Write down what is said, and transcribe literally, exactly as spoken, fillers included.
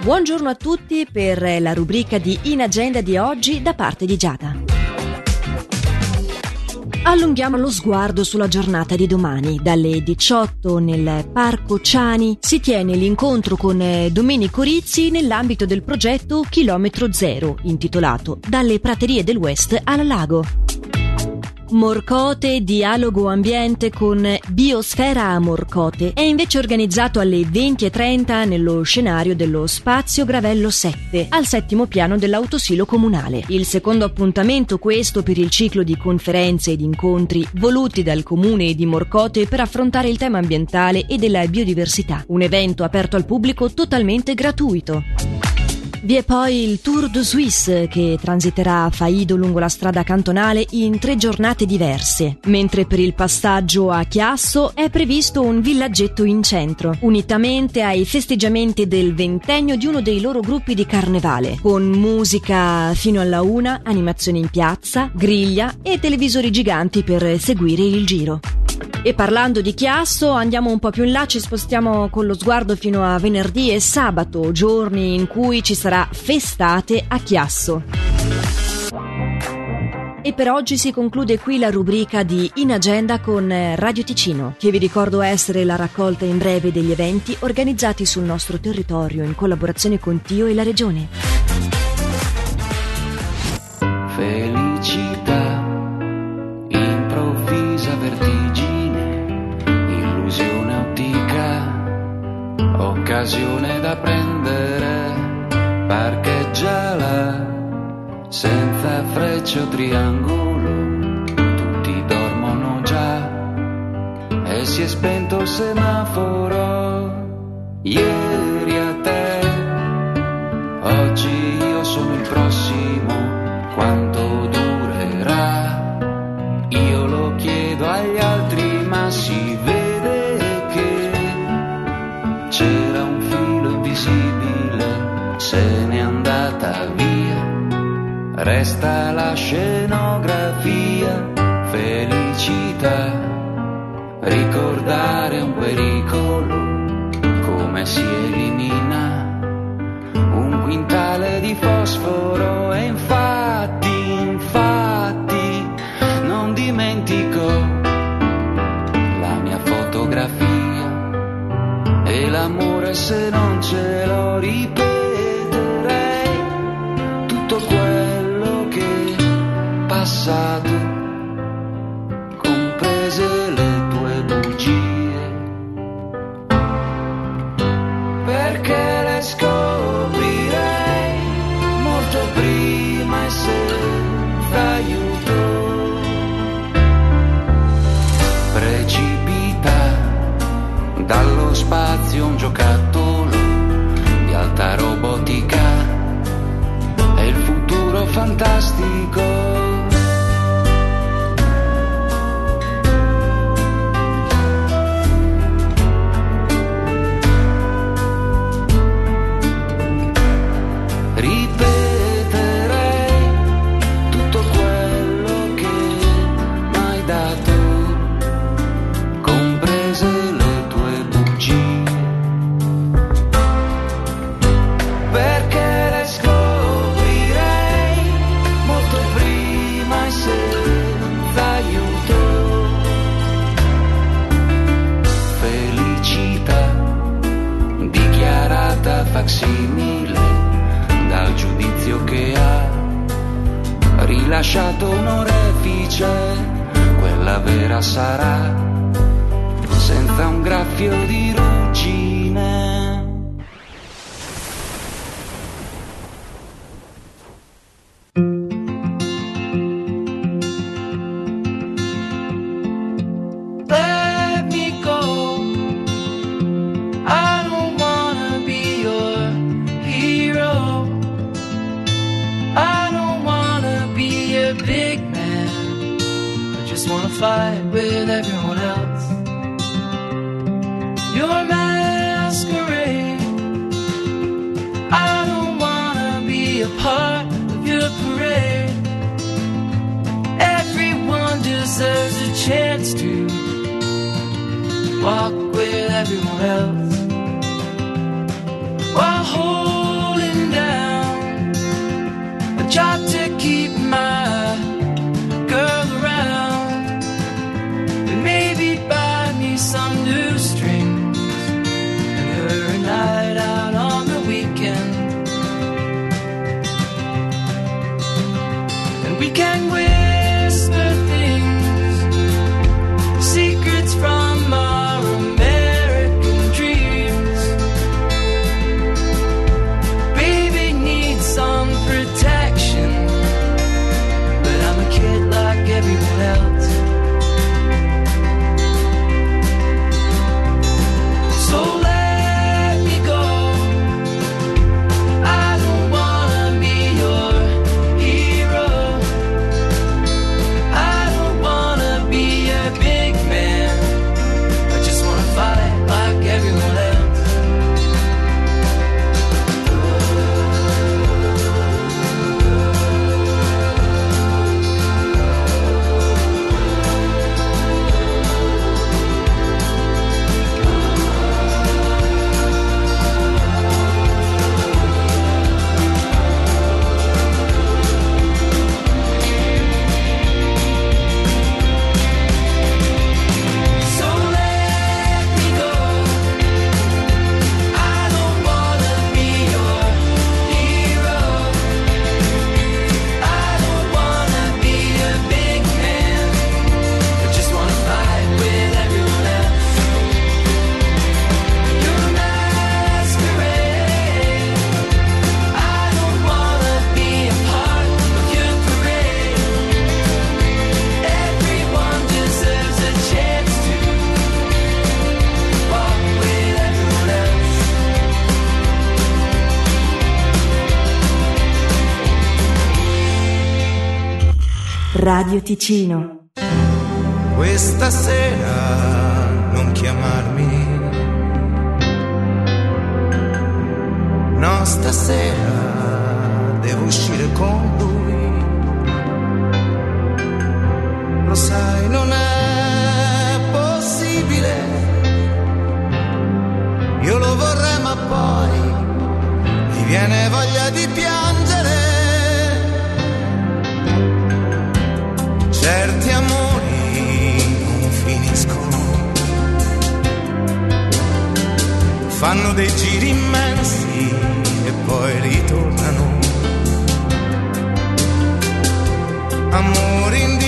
Buongiorno a tutti per la rubrica di In Agenda di oggi da parte di Giada. Allunghiamo lo sguardo sulla giornata di domani. Dalle diciotto nel Parco Ciani si tiene l'incontro con Domenico Rizzi nell'ambito del progetto Chilometro Zero, intitolato Dalle praterie del West al lago. Morcote, dialogo ambiente con Biosfera a Morcote è invece organizzato alle venti e trenta nello scenario dello Spazio Gravello sette, al settimo piano dell'autosilo comunale. Il secondo appuntamento questo per il ciclo di conferenze ed incontri voluti dal comune di Morcote per affrontare il tema ambientale e della biodiversità. Un evento aperto al pubblico totalmente gratuito. Vi è poi il Tour de Suisse che transiterà a Faido lungo la strada cantonale in tre giornate diverse, mentre per il passaggio a Chiasso è previsto un villaggetto in centro, unitamente ai festeggiamenti del ventennio di uno dei loro gruppi di carnevale, con musica fino alla una, animazioni in piazza, griglia e televisori giganti per seguire il giro. E parlando di Chiasso, andiamo un po' più in là, ci spostiamo con lo sguardo fino a venerdì e sabato, giorni in cui ci sarà festate a Chiasso. E per oggi si conclude qui la rubrica di In Agenda con Radio Ticino, che vi ricordo essere la raccolta in breve degli eventi organizzati sul nostro territorio in collaborazione con Tio e la Regione. Felicità, improvvisa vertigine, illusione ottica, occasione da prendere, parcheggiala senza freccia o triangolo, tutti dormono già e si è spento il semaforo. Ieri a te, oggi io sono il prossimo, quanto durerà? Io lo chiedo agli altri, ma si vede che c'era un filo invisibile, se n'è andata via, resta la scenografia. Felicità, ricordare un pericolo, come si elimina un quintale di fosforo. E infatti, infatti, non dimentico la mia fotografia e l'amore, se non ce l'ho ripeterei tutto quello che è passato, comprese le tue bugie, perché le scoprirei molto prima e senza aiuto. Precipita dallo spazio un giocattolo di alta robotica, è il futuro fantastico. Facsimile dal giudizio che ha rilasciato un orefice, quella vera sarà, senza un graffio di ruggine. Fight with everyone else. Your masquerade, I don't wanna be a part of your parade. Everyone deserves a chance to walk with everyone else while holding Radio Ticino. Questa sera non chiamarmi, no, stasera devo uscire con lui. Lo sai, non è possibile, io lo vorrei ma poi mi viene voglia di piangere. Certi amori non finiscono, fanno dei giri immensi e poi ritornano. Amori in